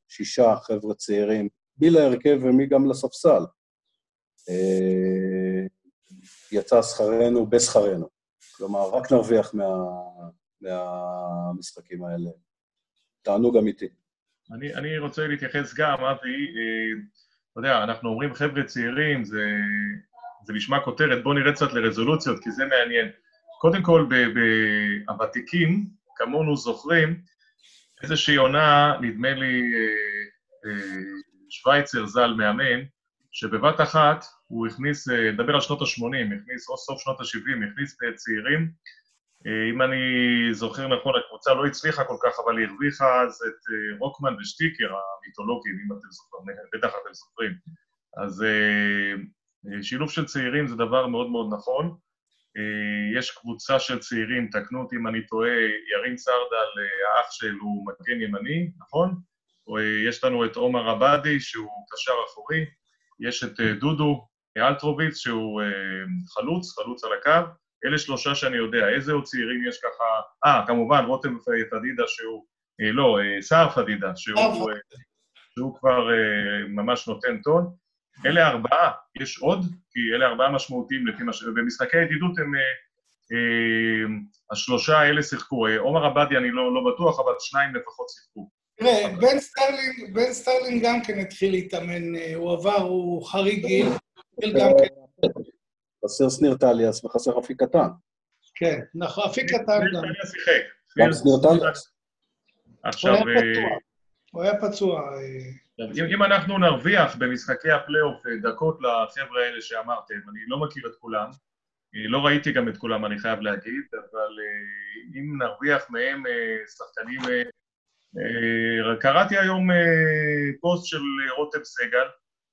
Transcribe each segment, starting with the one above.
6 חבר'ה צעירים, מי להרכב ומי גם לספסל. יצא שכרנו בשכרנו. כלומר, רק נרוויח מהמשחקים האלה. תענו גם איתי. אני רוצה להתייחס גם, אבי, אתה יודע, אנחנו אומרים חבר'ה צעירים, זה נשמע כותרת, בוא נראה קצת לרזולוציות, כי זה מעניין. קודם כל, הוותיקים, כמונו זוכרים, איזושהי עונה, נדמה לי, שוויצר ז"ל מאמן, שבבת אחת הוא הכניס, נדבר על שנות ה-80, הכניס, או סוף שנות ה-70, הכניס צעירים. אם אני זוכר נכון, הקבוצה לא הצליחה כל כך, אבל היא הרוויחה אז את רוקמן ושטיקר, המיתולוגים, אם אתם זוכרים, בטח אתם זוכרים. אז שילוב של צעירים זה דבר מאוד מאוד נכון. יש קבוצה של צעירים, תקנו אותי אם אני טועה, ירין סרדל, האח שלו מגן ימני, נכון? יש לנו את עומר עבדי, שהוא קשר אחורי, יש את דודו אלטרוביץ, שהוא חלוץ על הקו, אלה 3 שאני יודע. איזה עוד צעירים יש ככה? כמובן, רותם פדידה, שהוא, לא, סער פדידה, שהוא כבר ממש נותן טון. אלה 4, יש עוד, כי אלה 4 משמעותיים, במשחקי הידידות הם, 3 האלה שיחקו. עומר עבדי אני לא בטוח, אבל 2 לפחות שיחקו. תראה, בן סטרלינג גם כן התחיל להתאמן, הוא חריג גיל, גם כן. חסר שניר טליאס וחסר אפיק קטן. כן, נכון, אפיק קטן גם. גם שניר טליאס. עכשיו, הוא היה פצוע. אם אנחנו נרוויח במשחקי הפלייאוף דקות לחבר'ה האלה שאמרתם, אני לא מכיר את כולם, לא ראיתי גם את כולם, אני חייב להגיד, אבל אם נרוויח מהם שחקנים, קראתי היום פוסט של רותם סגל,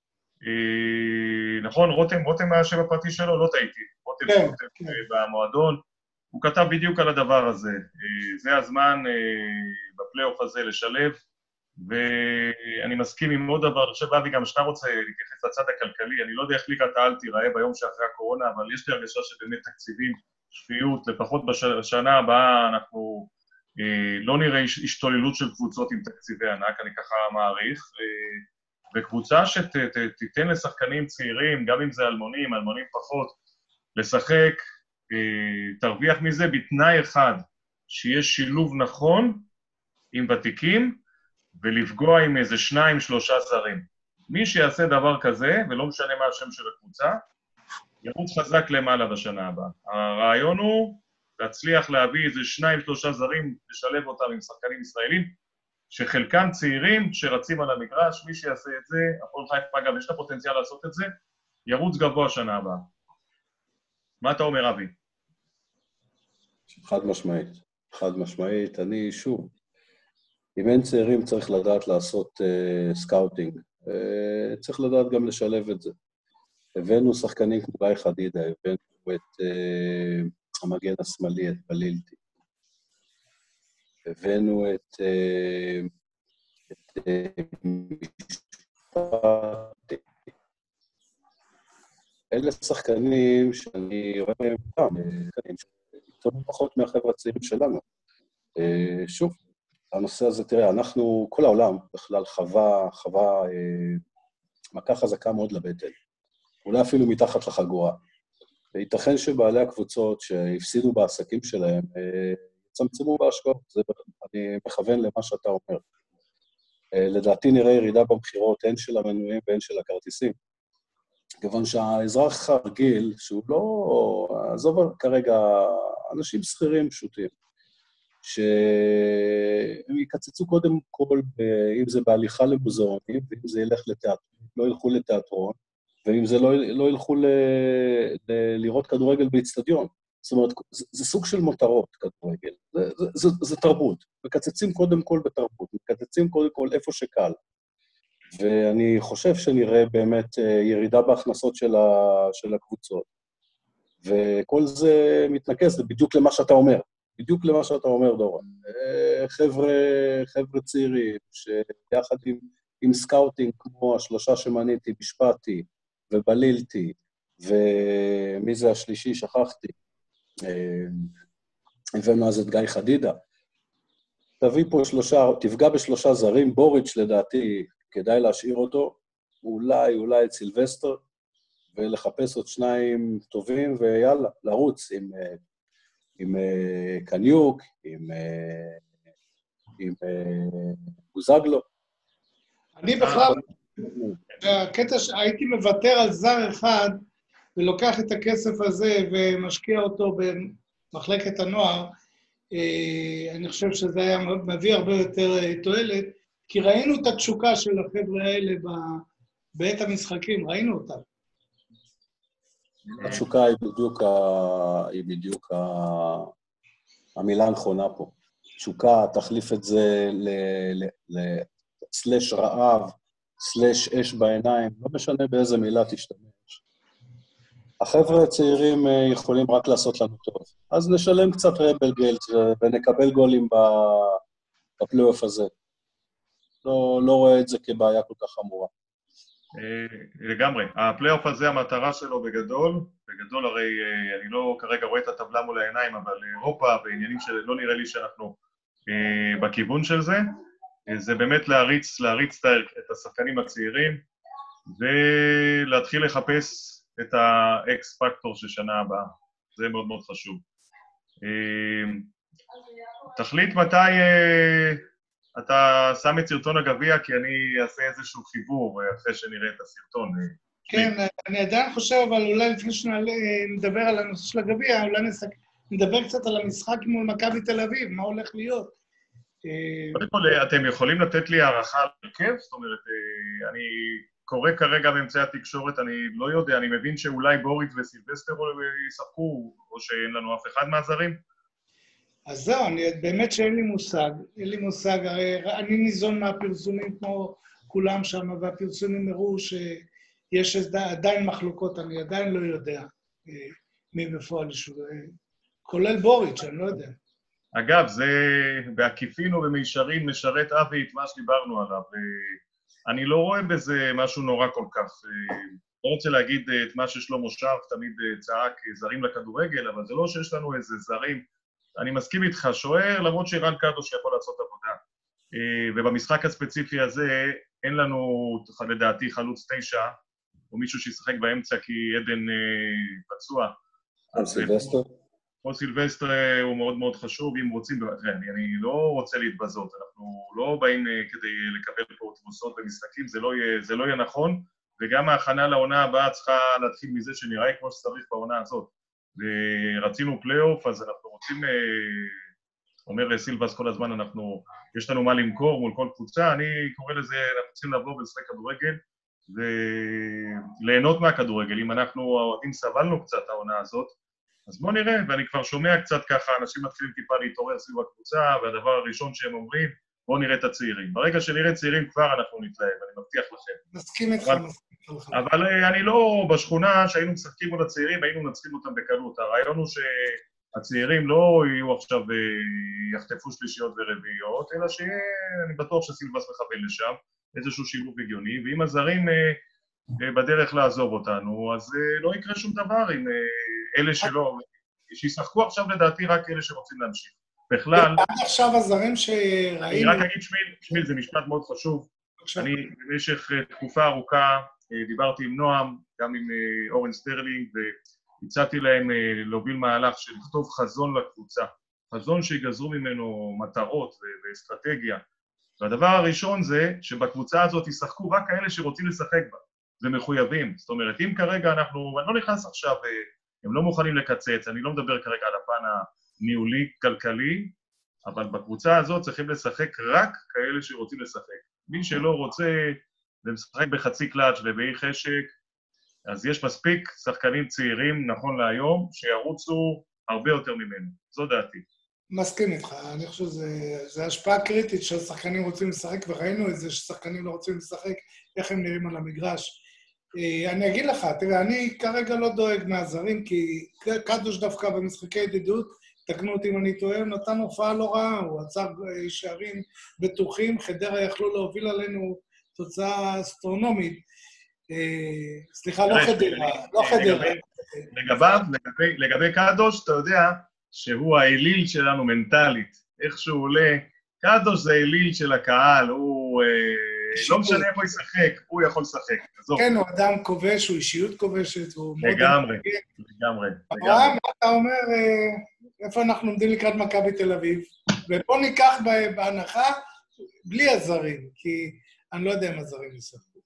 נכון, רותם השם הפרטי שלו, לא טעיתי, רותם במועדון, הוא כתב בדיוק על הדבר הזה, זה הזמן בפלייאוף הזה לשלב, ואני מסכים עם עוד דבר, אני חושב, אבי, גם שאתה רוצה להתייחס לצד הכלכלי, אני לא יודע איך ליגת העל תיראה ביום שאחרי הקורונה, אבל יש לי הרגשה שבאמת תקציבים, שפיות, לפחות בשנה הבאה אנחנו לא נראה השתוללות של קבוצות עם תקציבי ענק, אני ככה מעריך, וקבוצה שתיתן לשחקנים צעירים, גם אם זה אלמונים פחות, לשחק, תרוויח מזה בתנאי אחד, שיש שילוב נכון עם ותיקים, ולפגוע עם איזה 2-3 זרים. מי שיעשה דבר כזה, ולא משנה מה השם של הקבוצה, ירוץ חזק למעלה בשנה הבאה. הרעיון הוא להצליח להביא איזה 2-3 זרים, לשלב אותם עם שחקנים ישראלים, שחלקם צעירים שרצים על המגרש, מי שיעשה את זה, הפועל חיפה גם יש את הפוטנציאל לעשות את זה, ירוץ גבוה שנה הבאה. מה אתה אומר, אבי? חד משמעית, אני שוב, אם אין צעירים צריך לדעת לעשות סקאוטינג, צריך לדעת גם לשלב את זה. הבאנו שחקנים כמו גיא חדידה, הבאנו את המגן השמאלי, את בלילטי. הבאנו את משפטי. אלה שחקנים שאני רואה מהם פעם, שחקנים שטובים פחות מהחבר'ה הצעירים שלנו. שוב, הנושא הזה, תראה, אנחנו, כל העולם בכלל חווה מכה חזקה מאוד לבטן. אולי אפילו מתחת לחגורה. וייתכן שבעלי הקבוצות שהפסידו בעסקים שלהם, צמצמו בהשקעות. אני מכוון למה שאתה אומר. לדעתי נראה ירידה במחירות, הן של המנויים והן של הכרטיסים. כיוון שהאזרח הרגיל, שהוא לא, עזוב כרגע, אנשים שכירים פשוטים, שהם יקצצו קודם כל, אם זה בהליכה למוזיאונים, ואם זה ילך לתיאטרון, לא ילכו לתיאטרון, ואם זה לא ילכו לראות כדורגל באצטדיון. זאת אומרת, זה סוג של מותרות, כדורגל. זה תרבות. מקצצים קודם כל בתרבות, מקצצים קודם כל איפה שקל. ואני חושב שנראה באמת ירידה בהכנסות של הקבוצות. וכל זה מתנקז, זה בדיוק למה שאתה אומר. בדיוק למה שאתה אומר, דורון. חבר'ה צעירים, שיחד עם סקאוטינג, כמו השלושה שמניתי, משפטי ובלילתי, ומי זה השלישי, שכחתי, הבאנו אז את גיא חדידה. תביא פה תפגע בשלושה זרים, בוריץ' לדעתי כדאי להשאיר אותו, אולי את סילבסטר, ולחפש עוד שניים טובים, ויאללה, לרוץ עם קניוק, עם בוזגלו. אני בכלל, הקטע הייתי מוותר על זר אחד, ולוקח את הכסף הזה ומשקיע אותו במחלקת הנוער, אני חושב שזה היה מביא הרבה יותר תועלת, כי ראינו את התשוקה של החבר'ה האלה בעת המשחקים, ראינו אותם. התשוקה היא בדיוק המילה הנכונה פה. תשוקה, תחליף את זה סלש רעב, סלש אש בעיניים, לא משנה באיזה מילה תשתמש. החבר'ה הצעירים יכולים רק לעשות לנו טוב. אז נשלם קצת רבל גלט ונקבל גולים בפלייאוף הזה. לא רואה את זה כבעיה כל כך חמורה. לגמרי. הפלייאוף הזה, המטרה שלו בגדול הרי אני לא כרגע רואה את הטבלה מול העיניים, אבל אירופה בעניינים שלא נראה לי שאנחנו בכיוון של זה, זה באמת להריץ את השחקנים הצעירים, ולהתחיל לחפש את האקס פקטור של שנה הבאה. זה מאוד מאוד חשוב. תחליט מתי אתה שם את סרטון הגביע, כי אני אעשה איזשהו חיבור אחרי שנראה את הסרטון. כן, אני עדיין חושב, אבל אולי לפני שנדבר על הנושא של הגביע, אולי נדבר קצת על המשחק מול מכבי תל אביב, מה הולך להיות. קודם כל, אתם יכולים לתת לי הערכה על הרכב? זאת אומרת, אני קורא כרגע באמצעי התקשורת, אני לא יודע, אני מבין שאולי בוריץ' וסילבסטר ישחקו, או שאין לנו אף אחד מהזרים? אז זהו, באמת שאין לי מושג, הרי אני ניזון מהפרסומים כמו כולם שם, והפרסומים הראו שיש עדיין מחלוקות, אני עדיין לא יודע מי בפועל, כולל בוריץ', אני לא יודע. אגב, זה בעקיפין ובמישרין משרת אבי את מה שדיברנו עליו. אני לא רואה בזה משהו נורא כל כך. לא רוצה להגיד את מה ששלמה שרף תמיד צעק זרים לכדורגל, אבל זה לא שיש לנו איזה זרים. אני מסכים איתך, שוער, למרות שרן קדוש יכול לעשות עבודה. ובמשחק הספציפי הזה אין לנו, לדעתי, חלוץ 9, או מישהו שישחק באמצע כי עדן פצוע. או סילבסטר הוא מאוד מאוד חשוב, אם רוצים, אני לא רוצה להתבזות, אנחנו לא באים כדי לקבל פה תבוסות במשחקים, זה לא יהיה נכון, וגם ההכנה לעונה הבאה צריכה להתחיל מזה שנראה כמו שצריך בעונה הזאת. ורצינו פלייאוף, אז אנחנו רוצים, אומר סילבס כל הזמן, יש לנו מה למכור מול כל קבוצה, אני קורא לזה, אנחנו צריכים לבוא ולשחק כדורגל, וליהנות מהכדורגל, אם אנחנו האוהדים סבלנו קצת העונה הזאת, אז בואו נראה, ואני כבר שומע קצת ככה, אנשים מתחילים טיפה להתעורר סביב הקבוצה, והדבר הראשון שהם אומרים, בואו נראה את הצעירים. ברגע שנראה צעירים כבר אנחנו נתלהב, אני מבטיח לכם. מסכים איתך. אבל אני לא, בשכונה שהיינו משחקים מול הצעירים, היינו מנצחים אותם בקלות. הרעיון הוא שהצעירים לא יהיו עכשיו, יחטפו שלישיות ורביעיות, אלא שאני בטוח שסילבס מכוון לשם, איזשהו שילוב הגיוני, ואם הזרים בדרך לעזוב אותנו, אז לא יקרה שום דבר עם אלה שלא, שישחקו עכשיו לדעתי רק אלה שרוצים להמשיך. בכלל... עד עכשיו הזרים שראינו... אני רק אגיד, שמיל, זה משפט מאוד חשוב. אני במשך תקופה ארוכה דיברתי עם נועם, גם עם אורן סטרלינג, והצעתי להם להוביל מהלך של לכתוב חזון לקבוצה. חזון שיגזרו ממנו מטרות ואסטרטגיה. והדבר הראשון זה שבקבוצה הזאת ישחקו רק כאלה שרוצים לשחק בה. ומחויבים. זאת אומרת, אם כרגע אני לא נכנס עכשיו, הם לא מוכנים לקצץ, אני לא מדבר כרגע על הפן הניהולי, כלכלי, אבל בקבוצה הזאת צריכים לשחק רק כאלה שרוצים לשחק. מי שלא רוצה לשחק בחצי קלאץ' ובאי חשק, אז יש מספיק שחקנים צעירים, נכון להיום, שירוצו הרבה יותר ממנו. זו דעתי. מסכים איתך, אני חושב שזה השפעה קריטית שהשחקנים רוצים לשחק, וראינו את זה ששחקנים לא רוצים לשחק, איך הם נראים על המגרש. אני אגיד לך, תראה, אני כרגע לא דואג מהזרים, כי קדוש דווקא במשחקי ידידות, תקנו אותי אם אני טועה, נתן הופעה לא רעה, הוא עצר שערים בטוחים, חדרה יכלו להוביל עלינו תוצאה אסטרונומית. סליחה, לא חדרה. לגבי קדוש, אתה יודע שהוא האליל שלנו מנטלית, איך שהוא עולה, קדוש זה אליל של הקהל, הוא לא משנה איפה ישחק, הוא יכול לשחק. כן, הוא אדם כובש, הוא אישיות כובשת, הוא מאוד... לגמרי, לגמרי. אברהם, מה אתה אומר, איפה אנחנו עומדים לקראת מכבי תל אביב? ופה ניקח בהנחה בלי הזרים, כי אני לא יודע אם הזרים ישחקו.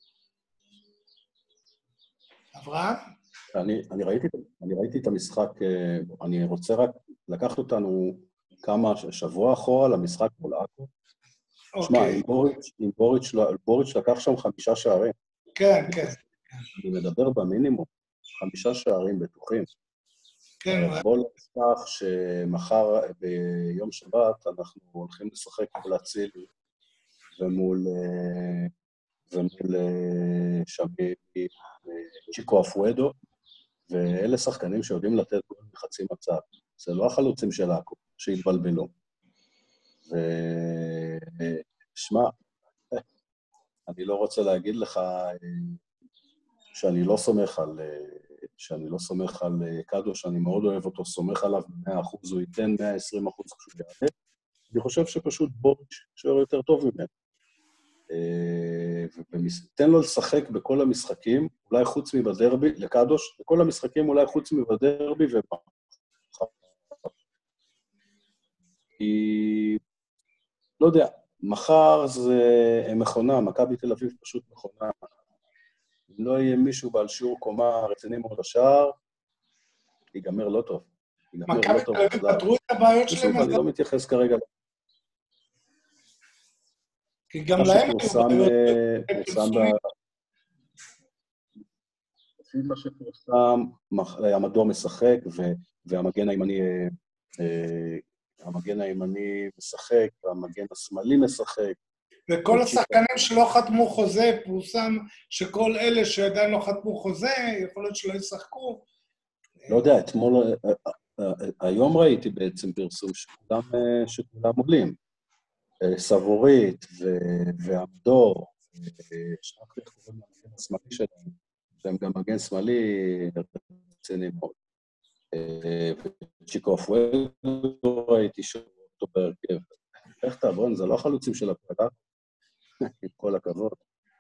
אברהם? אני ראיתי את המשחק, אני רוצה רק לקחת אותנו כמה שבוע אחורה למשחק מול עכו. שמע, עם בוריץ' לקח שם 5 שערים. כן, כן. אני מדבר במינימום, 5 שערים בטוחים. כן. בוא נשמח שמחר ביום שבת אנחנו הולכים לשחק מול אצילי ומול שמי צ'יקו אפואדו, ואלה שחקנים שיודעים לתת גול מחצי מצב. זה לא החלוצים של עכו, שהתבלבלו. ושמע, אני לא רוצה להגיד לך שאני לא סומך על קדוש, שאני מאוד אוהב אותו, סומך עליו 100%, הוא ייתן 120% כשהוא יעלה. אני חושב שפשוט בוריץ' שוער יותר טוב ממנו. ותן לו לשחק בכל המשחקים, אולי חוץ מבדרבי, לקדוש, בכל המשחקים אולי חוץ מבדרבי כי, לא יודע, מחר זה מכונה, מכבי תל אביב פשוט מכונה. אם לא יהיה מישהו בעל שיעור קומה רציני מאוד השער, ייגמר לא טוב. מכבי תל אביב פתרו את הבעיות שלהם? אני לא מתייחס כרגע. כי גם להם לפי מה שפורסם, המדור משחק, והמגן הימני משחק, והמגן השמאלי משחק. וכל השחקנים שלא חתמו חוזה, פורסם שכל אלה שעדיין לא חתמו חוזה, יכול להיות שלא ישחקו. לא יודע, היום ראיתי בעצם פרסום שכולם עולים. סבורית והמדור, שרק קוראים למגן השמאלי שלהם, והם גם מגן שמאלי רציני מאוד. וצ'יקו אפואדו ראיתי שאותו בהרכב. איך תעבון, זה לא החלוצים של הפעלה, עם כל הכבוד.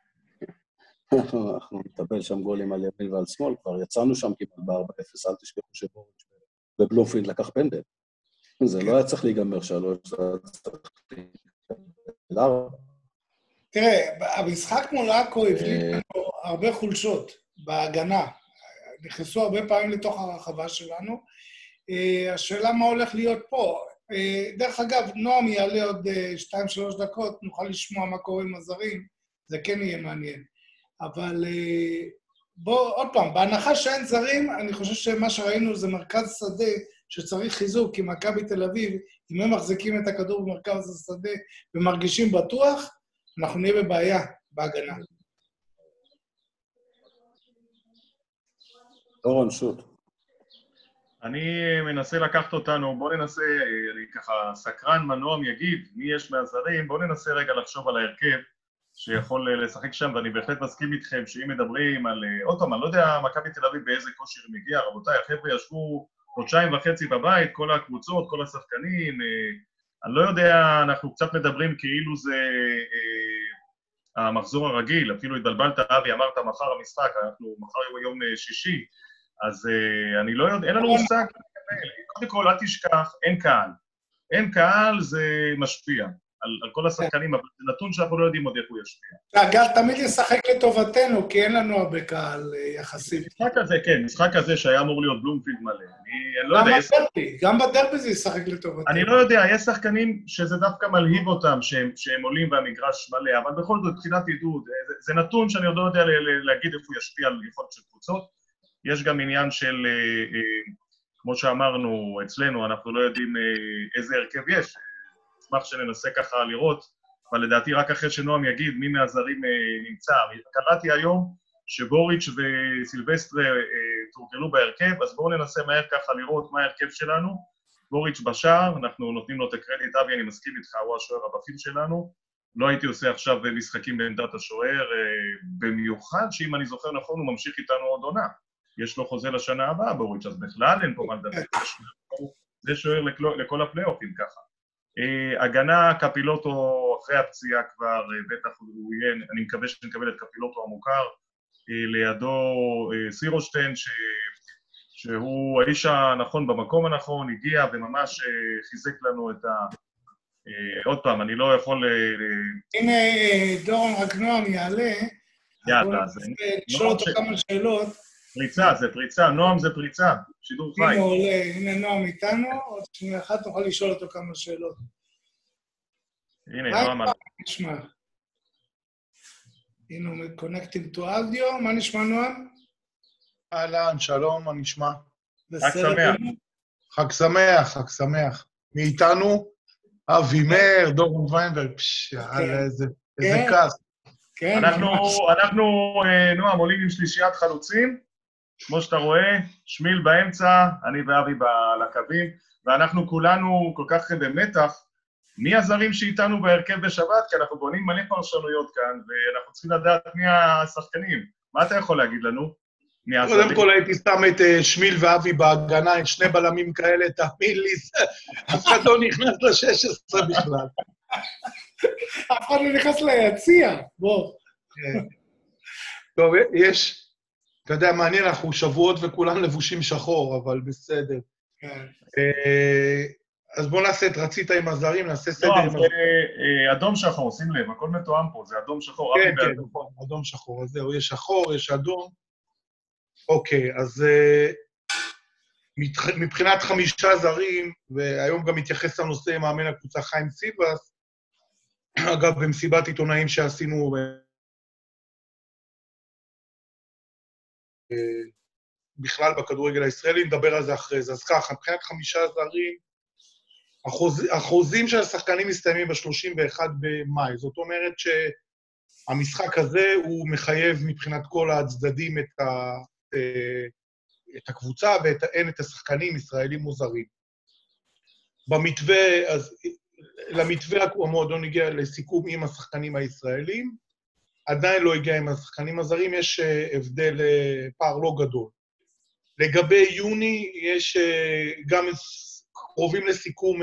אנחנו נטבל שם גולים על ימין ועל שמאל, כבר יצאנו שם כמעט ב-4-0, אל תשכחו שבוריץ' בבלומפילד לקח פנדל. זה לא היה צריך להיגמר 3, זה היה צריך להיגמר 4. תראה, המשחק מול עכו הבליט לנו הרבה חולשות בהגנה. נכנסו הרבה פעמים לתוך הרחבה שלנו. השאלה מה הולך להיות פה. דרך אגב, נועם יעלה עוד 2-3 דקות, נוכל לשמוע מה קורה עם הזרים, זה כן יהיה מעניין. אבל בוא, עוד פעם, בהנחה שאין זרים, אני חושב שמה שראינו זה מרכז שדה שצריך חיזוק, כי מכבי תל אביב, אם הם מחזיקים את הכדור במרכז השדה ומרגישים בטוח, אנחנו נהיה בבעיה בהגנה. אורן, שוט. אני מנסה לקחת אותנו, בוא ננסה, אני ככה סקרן מנועם יגיד מי יש מהזרים, בוא ננסה רגע לחשוב על ההרכב שיכול לשחק שם, ואני בהחלט מסכים איתכם שאם מדברים על, עוד פעם, אני לא יודע מכבי תל אביב באיזה כושר מגיע, רבותיי, החבר'ה ישבו 2.5 בבית, כל הקבוצות, כל השחקנים, אני לא יודע, אנחנו קצת מדברים כאילו זה המחזור הרגיל, אפילו התבלבלת, אבי, אמרת מחר המשחק, אנחנו מחר יום שישי, אז אני לא יודע, אין לנו מושג, קודם כל, אל תשכח, אין קהל. אין קהל זה משפיע על כל השחקנים, אבל זה נתון שאנחנו לא יודעים עוד איך הוא ישפיע. הגל תמיד ישחק לטובתנו, כי אין לנו הרבה קהל יחסית. משחק הזה, כן, משחק הזה שהיה אמור להיות בלומפילד מלא. אני לא יודע, גם בדרבי זה ישחק לטובתנו. אני לא יודע, יש שחקנים שזה דווקא מלהיב אותם, שהם עולים והמגרש מלא, אבל בכל זאת, תחילת עידוד, זה נתון שאני עוד לא יודע להגיד איפה הוא ישפיע על יכולת של קבוצות. יש גם עניין של, כמו שאמרנו אצלנו, אנחנו לא יודעים איזה הרכב יש. נשמח שננסה ככה לראות, אבל לדעתי רק אחרי שנועם יגיד מי מהזרים נמצא. קראתי היום שבוריץ' וסילבסטרה תורגלו בהרכב, אז בואו ננסה מהר ככה לראות מה ההרכב שלנו. בוריץ' בשער, אנחנו נותנים לו את הקרדיט, אבי, אני מסכים איתך, הוא השוער הבכיר שלנו. לא הייתי עושה עכשיו משחקים בעמדת השוער, במיוחד שאם אני זוכר נכון, הוא ממשיך איתנו עוד עונה. יש לו חוזה לשנה הבאה, בוריץ', אז בכלל אין פה מה לדבר. זה שוער לכל הפלייאופים ככה. הגנה, קפילוטו אחרי הפציעה כבר, בטח הוא יהיה, אני מקווה שנקבל את קפילוטו המוכר, לידו סירושטיין, שהוא האיש הנכון במקום הנכון, הגיע וממש חיזק לנו את ה... עוד פעם, אני לא יכול... הנה, דורון, רק נועם יעלה. יאללה, אז... לשאול אותו כמה שאלות. פריצה, זה פריצה, נועם זה פריצה, שידור חי. הנה הוא עולה, הנה נועם איתנו, עוד שנייה אחת נוכל לשאול אותו כמה שאלות. הנה, נועם... מה נשמע? הנה הוא connecting to audio, מה נשמע נועם? אהלן, שלום, מה נשמע? חג שמח. חג שמח, חג שמח. מאיתנו, אבי מאיר, דורון ויינברג, איזה כעס. אנחנו, נועם, עולים עם שלישיית חלוצים, כמו שאתה רואה, שמיל באמצע, אני ואבי על הקווים, ואנחנו כולנו כל כך במתח, מי הזרים שאיתנו בהרכב בשבת, כי אנחנו בונים מלא פרשנויות כאן, ואנחנו צריכים לדעת מי השחקנים. מה אתה יכול להגיד לנו? קודם כל הייתי שם את שמיל ואבי בהגנה, עם שני בלמים כאלה, תאמין לי, אף אחד לא נכנס ל-16 בכלל. אף אחד לא נכנס ליציע, בוא. טוב, יש, אתה יודע, מעניין, אנחנו שבועות וכולם לבושים שחור, אבל בסדר. אז בואו נעשה את רצית עם הזרים, נעשה סדר עם הזרים. לא, זה אדום שחור, שים לב, הכל מתואם פה, זה אדום שחור. כן, כן, אדום שחור, אז זהו, יש שחור, יש אדום. אוקיי, אז מבחינת 5 זרים, והיום גם מתייחס לנושא מאמן הקבוצה חיים סיבס, אגב, במסיבת עיתונאים שעשינו בכלל בכדורגל הישראלי, נדבר על זה אחרי זה. אז ככה, מבחינת 5 זרים, החוזים של השחקנים מסתיימים ב-31 במאי, זאת אומרת שהמשחק הזה הוא מחייב מבחינת כל הצדדים את הקבוצה ואין את השחקנים ישראלים מוזרים. במתווה, אז למתווה המועדון הגיע לסיכום עם השחקנים הישראלים, עדיין לא הגיע עם השחקנים הזרים, יש הבדל, פער לא גדול. לגבי יוני, יש גם קרובים לסיכום,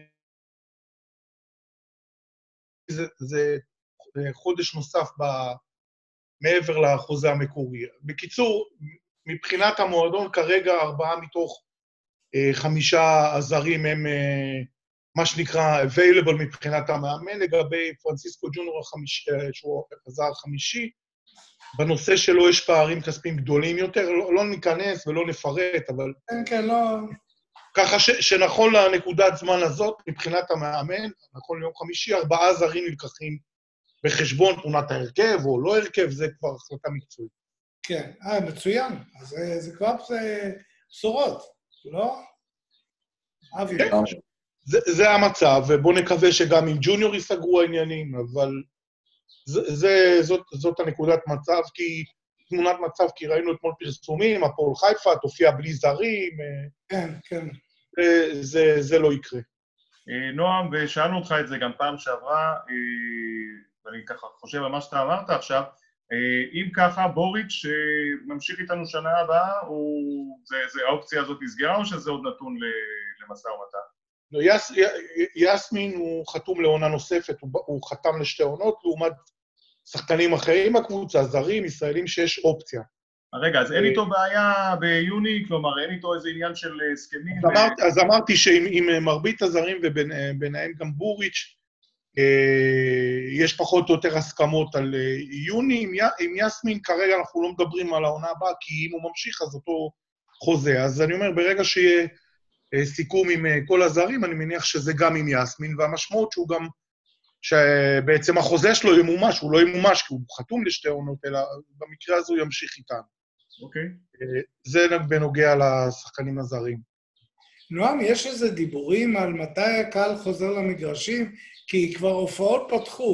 זה חודש נוסף מעבר לחוזה המקורי. בקיצור, מבחינת המועדון, כרגע 4 מתוך 5 הזרים הם מה שנקרא available מבחינת המאמן, לגבי פרנסיסקו ג'וניור שהוא הזר חמישי, בנושא שלו יש פערים כספיים גדולים יותר, לא ניכנס ולא נפרט, אבל... כן, לא... ככה שנכון לנקודת זמן הזאת, מבחינת המאמן, נכון ליום חמישי, 4 זרים נלקחים בחשבון תמונת ההרכב או לא הרכב, זה כבר החלטה מקצועית. כן, מצוין. אז זה כבר בשורות, לא? אבי. זה המצב, ובואו נקווה שגם עם ג'וניור ייסגרו העניינים, אבל זאת הנקודת מצב, תמונת מצב, כי ראינו אתמול פרסומים, הפועל חיפה, תופיע בלי זרים. כן, כן. זה לא יקרה. נועם, ושאלנו אותך את זה גם פעם שעברה, ואני ככה חושב על מה שאתה אמרת עכשיו, אם ככה, בוריץ' ממשיך איתנו שנה הבאה, האופציה הזאת נסגרה, או שזה עוד נתון למשא ומתן? לא, יסמין הוא חתום לעונה נוספת, הוא חתם ל2 עונות, לעומת שחקנים אחרים הקבוצה, זרים, ישראלים, שיש אופציה. רגע, אז אין איתו בעיה ביוני, כלומר, אין איתו איזה עניין של הסכמים? אז אמרתי שעם מרבית הזרים, וביניהם גם בוריץ', יש פחות או יותר הסכמות על יוני. עם יסמין, כרגע אנחנו לא מדברים על העונה הבאה, כי אם הוא ממשיך, אז אותו חוזה. אז אני אומר, ברגע שיהיה סיכום עם כל הזרים, אני מניח שזה גם עם יסמין, והמשמעות שהוא גם, שבעצם החוזה שלו ימומש, הוא לא ימומש, כי הוא חתום ל2 עונות, אלא במקרה הזה הוא ימשיך איתנו. אוקיי. זה בנוגע לשחקנים הזרים. נועם, יש איזה דיבורים על מתי הקהל חוזר למגרשים? כי כבר הופעות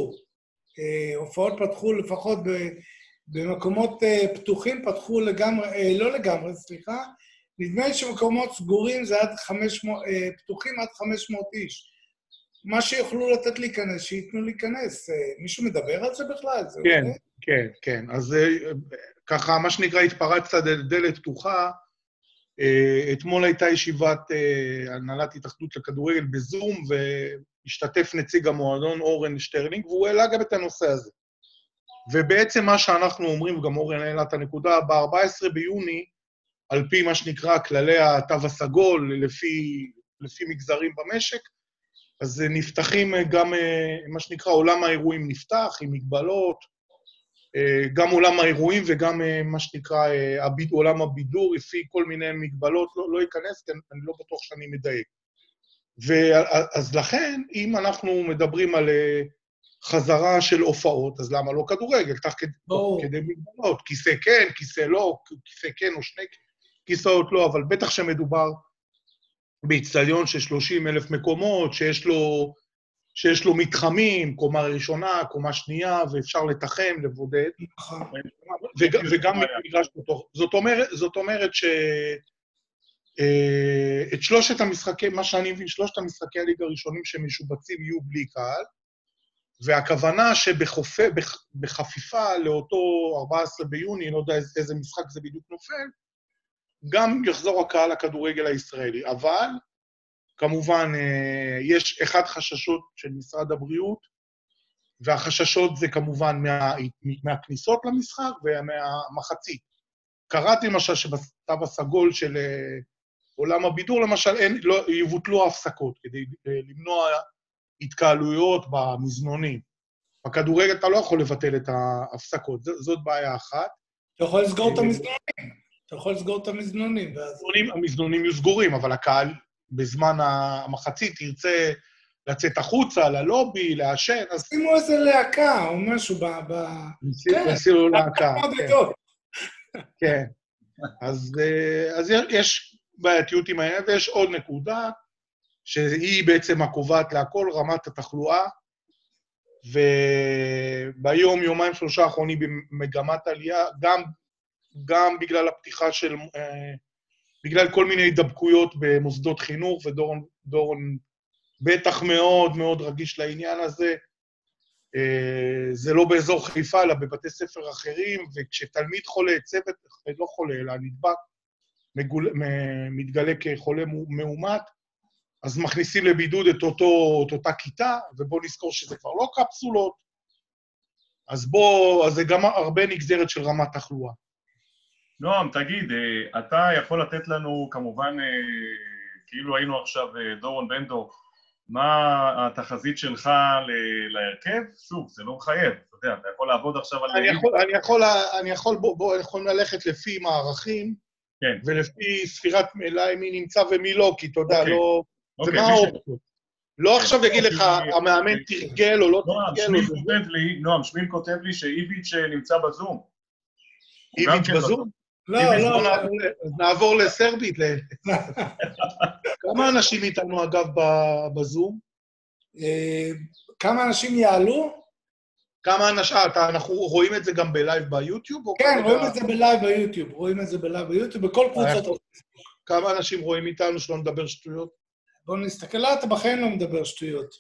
פתחו לפחות במקומות פתוחים, פתחו לגמרי, לא לגמרי, סליחה, נדמה לי שמקומות סגורים זה פתוחים עד 500 איש. מה שיוכלו לתת להיכנס, שייתנו להיכנס. מישהו מדבר על זה בכלל? כן, כן, כן. אז ככה, מה שנקרא, התפרצת דלת פתוחה. אתמול הייתה ישיבת הנהלת התאחדות לכדורגל בזום, השתתף נציג המועדון אורן שטרלינג, והוא העלה גם את הנושא הזה. ובעצם מה שאנחנו אומרים, וגם אורן העלה את הנקודה, ב-14 ביוני, על פי מה שנקרא כללי התו הסגול, לפי מגזרים במשק, אז נפתחים גם, מה שנקרא, עולם האירועים נפתח, עם מגבלות, גם עולם האירועים וגם מה שנקרא עולם הבידור, לפי כל מיני מגבלות, לא ייכנס, כי אני לא בטוח שאני מדייק. אז לכן, אם אנחנו מדברים על חזרה של הופעות, אז למה לא כדורגל? כדי מגבלות, כיסא כן, כיסא לא, כיסא כן או שני כיסאות לא, אבל בטח שמדובר באצטדיון של 30,000 מקומות, שיש לו מתחמים, קומה ראשונה, קומה שנייה, ואפשר לתחם, לבודד. וגם מגרש פתוח. זאת אומרת את שלושת המשחקי, מה שאני מבין, שלושת המשחקי הליגה הראשונים שמשובצים יהיו בלי קהל, והכוונה שבחפיפה לאותו 14 ביוני, לא יודע איזה משחק זה בדיוק נופל, גם יחזור הקהל לכדורגל הישראלי. אבל, כמובן, יש אחד חששות של משרד הבריאות, והחששות זה כמובן מהכניסות למשחק ומהמחצית. קראתי למשל שבסתיו הסגול של עולם הבידור, למשל, יבוטלו ההפסקות, כדי למנוע התקהלויות במזנונים. בכדורגל אתה לא יכול לבטל את ההפסקות, זאת בעיה אחת. אתה יכול לסגור את המזנונים. אתה יכול לסגור את המזנונים. המזנונים יהיו סגורים, אבל הקהל בזמן המחצית ירצה לצאת החוצה, ללובי, לעשן, אז... שימו איזה להקה או משהו נסירו להקה, כן. אז יש בעייתיות עם העניין, ויש עוד נקודה, שהיא בעצם הקובעת להכל, רמת התחלואה, וביום, יומיים, שלושה האחרונים במגמת עלייה, גם בגלל הפתיחה של... בגלל כל מיני דבקויות במוסדות חינוך, ודורון בטח מאוד מאוד רגיש לעניין הזה. זה לא באזור חיפה, אלא בבתי ספר אחרים, וכשתלמיד חולה, צוות לא חולה, אלא נדבק, מתגלה כחולה מאומת, אז מכניסים לבידוד את אותה כיתה, ובואו נזכור שזה כבר לא קפסולות, אז זה גם הרבה נגזרת של רמת תחלואה. נועם, תגיד, אתה יכול לתת לנו, כמובן, כאילו היינו עכשיו דורון בנדו, מה התחזית שלך להרכב? שוב, זה לא מחייב, אתה יודע, אתה יכול לעבוד עכשיו על... אני יכול ללכת לפי מערכים, כן. ולפי ספירת אליי מי נמצא ומי לא, כי אתה יודע, לא... זה מה האופציות. לא עכשיו יגיד לך, המאמן תרגל או לא תרגל. נועם, שמיל כותב לי שאיביץ' נמצא בזום. איביץ' בזום? לא. נעבור לסרבית. כמה אנשים איתנו, אגב, בזום? כמה אנשים יעלו? כמה אנשים, אנחנו רואים את זה גם בלייב ביוטיוב? כן, רואים את זה בלייב ביוטיוב, בכל קבוצות. כמה אנשים רואים איתנו שלא נדבר שטויות? בואו נסתכל, אתה בחיים לא מדבר שטויות.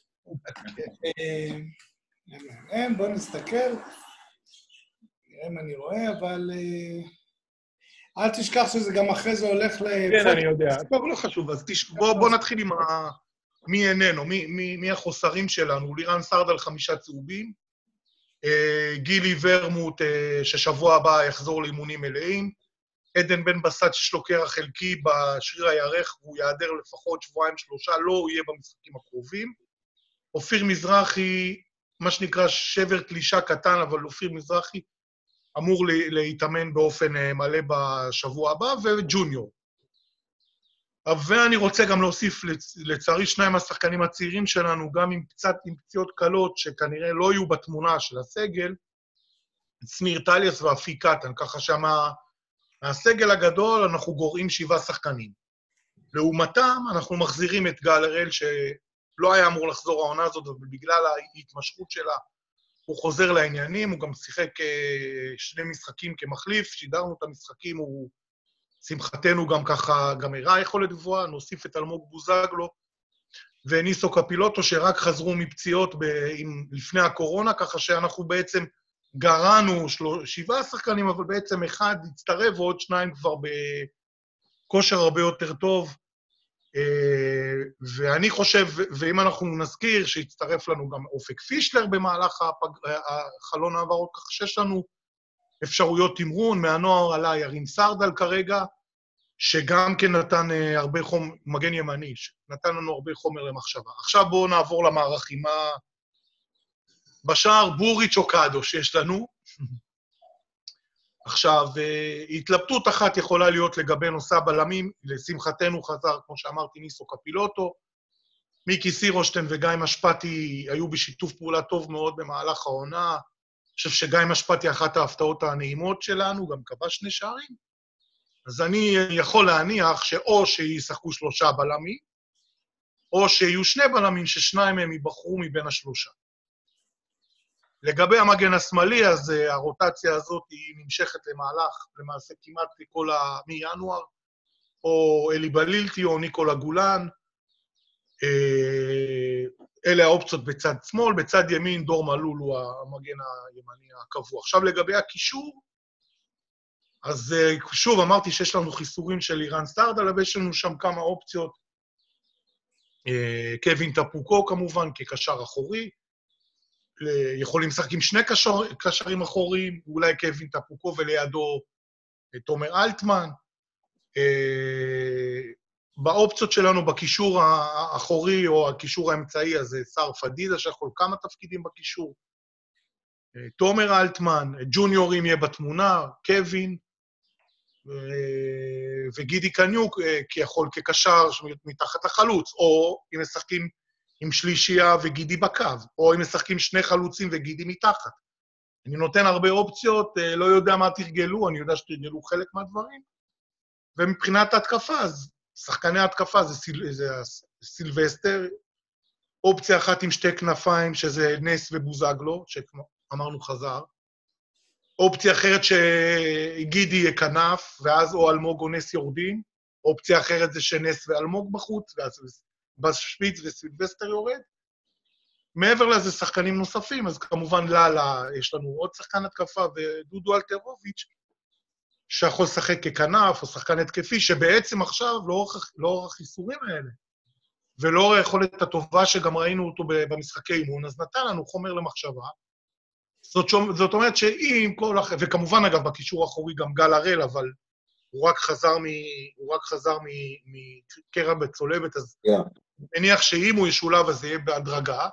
בואו נסתכל. נראה אם אני רואה, אבל... אל תשכח שזה גם אחרי זה הולך כן, אני יודע. טוב, לא חשוב, אז בוא נתחיל עם מי איננו, מי החוסרים שלנו. לירן סרדל 5 צהובים, גילי ורמוט ששבוע הבא יחזור לאימונים מלאים, עדן בן בסט שיש לו קרע חלקי בשריר הירך, והוא יעדר לפחות 2-3 לא יהיה במשחקים הקרובים. אופיר מזרחי, מה שנקרא שבר קלישה קטן, אבל אופיר מזרחי אמור להתאמן באופן מלא בשבוע הבא, וג'וניור. ואני רוצה גם להוסיף, לצערי, 2 השחקנים הצעירים שלנו, גם עם פציעות קלות, שכנראה לא יהיו בתמונה של הסגל, שניר טליאס ואפיק קטן, ככה מהסגל הגדול אנחנו גורעים 7 שחקנים. לעומתם, אנחנו מחזירים את גל הראל, שלא היה אמור לחזור העונה הזאת, אבל בגלל ההתמשכות שלה, הוא חוזר לעניינים, הוא גם שיחק 2 משחקים כמחליף, שידרנו את המשחקים, הוא שמחתנו גם ככה, גם הראה יכולת גבוהה, נוסיף את אלמוג בוזגלו, וניסו קפילוטו, שרק חזרו מפציעות לפני הקורונה, ככה שאנחנו בעצם גרענו 7 שחקנים, אבל בעצם 1 הצטרף, ועוד 2 כבר בכושר הרבה יותר טוב, ואני חושב, ואם אנחנו נזכיר, שהצטרף לנו גם אופק פישלר במהלך חלון העברות, כך שיש לנו אפשרויות תמרון, מהנוער עלה ירין סרדל כרגע, שגם כן נתן הרבה חומר, מגן ימני, נתן לנו הרבה חומר למחשבה. עכשיו בואו נעבור למערכים. בשער בוריץ' או קאדו שיש לנו. עכשיו, התלבטות אחת יכולה להיות לגבי נושא הבלמים, לשמחתנו חזר, כמו שאמרתי, ניסו קפילוטו, מיקי סירושטיין וגיא משפטי היו בשיתוף פעולה טוב מאוד במהלך העונה, אני חושב שגיא משפטי אחת ההפתעות הנעימות שלנו, גם כבש 2 שערים, אז אני יכול להניח שאו שישחקו 3 בלמים, או שיהיו 2 בלמים ששניים הם ייבחרו מבין ה3. לגבי המגן השמאלי, אז הרוטציה הזאת היא נמשכת למעשה כמעט מינואר, או אלי בלילטי או ניקולה גולן. אלה האופציות בצד שמאל, בצד ימין דור מלול הוא המגן הימני הקבוע. עכשיו לגבי הקישור, אז שוב אמרתי שיש לנו חיסורים של לירן סרדל, אבל יש לנו שם כמה אופציות. קווין טפוקו כמובן כקשר אחורי, יכולים לשחק עם 2 קשרים אחוריים, אולי קווין טפוקו ולידו תומר אלטמן. באופציות שלנו בקישור האחורי או הקישור האמצעי, אז זה שר פדידה שיכול כמה תפקידים בקישור. תומר אלטמן, ג'וניור אם יהיה בתמונה, קווין, וגידי קניוק יכול כקשר מתחת לחלוץ, או אם משחקים עם שלישייה וגידי בקו, או אם משחקים 2 חלוצים וגידי מתחת. אני נותן הרבה אופציות, לא יודע מה תרגלו, אני יודע שתרגלו חלק מהדברים, ומבחינת ההתקפה, אז שחקני ההתקפה זה סילבסטר, אופציה אחת עם 2 כנפיים, שזה נס ובוזגלו, שאמרנו חזר, אופציה אחרת שגידי יהיה כנף, ואז או אלמוג או נס יורדים, אופציה אחרת זה שנס ואלמוג בחוץ, ואז בשפיץ וסילבסטר יורד. מעבר לזה שחקנים נוספים, אז כמובן ללה, יש לנו עוד שחקן התקפה, ודודו אלטרוביץ', שיכול לשחק ככנף, או שחקן התקפי, שבעצם עכשיו, לאורך החיסורים האלה, ולאור היכולת הטובה שגם ראינו אותו במשחקי אימון, אז נתן לנו חומר למחשבה. זאת אומרת שאם כל וכמובן אגב בקישור האחורי גם גל הראל, אבל הוא רק חזר מקרע בצולבת, אז מניח שאם הוא ישולב אז זה יהיה בהדרגה.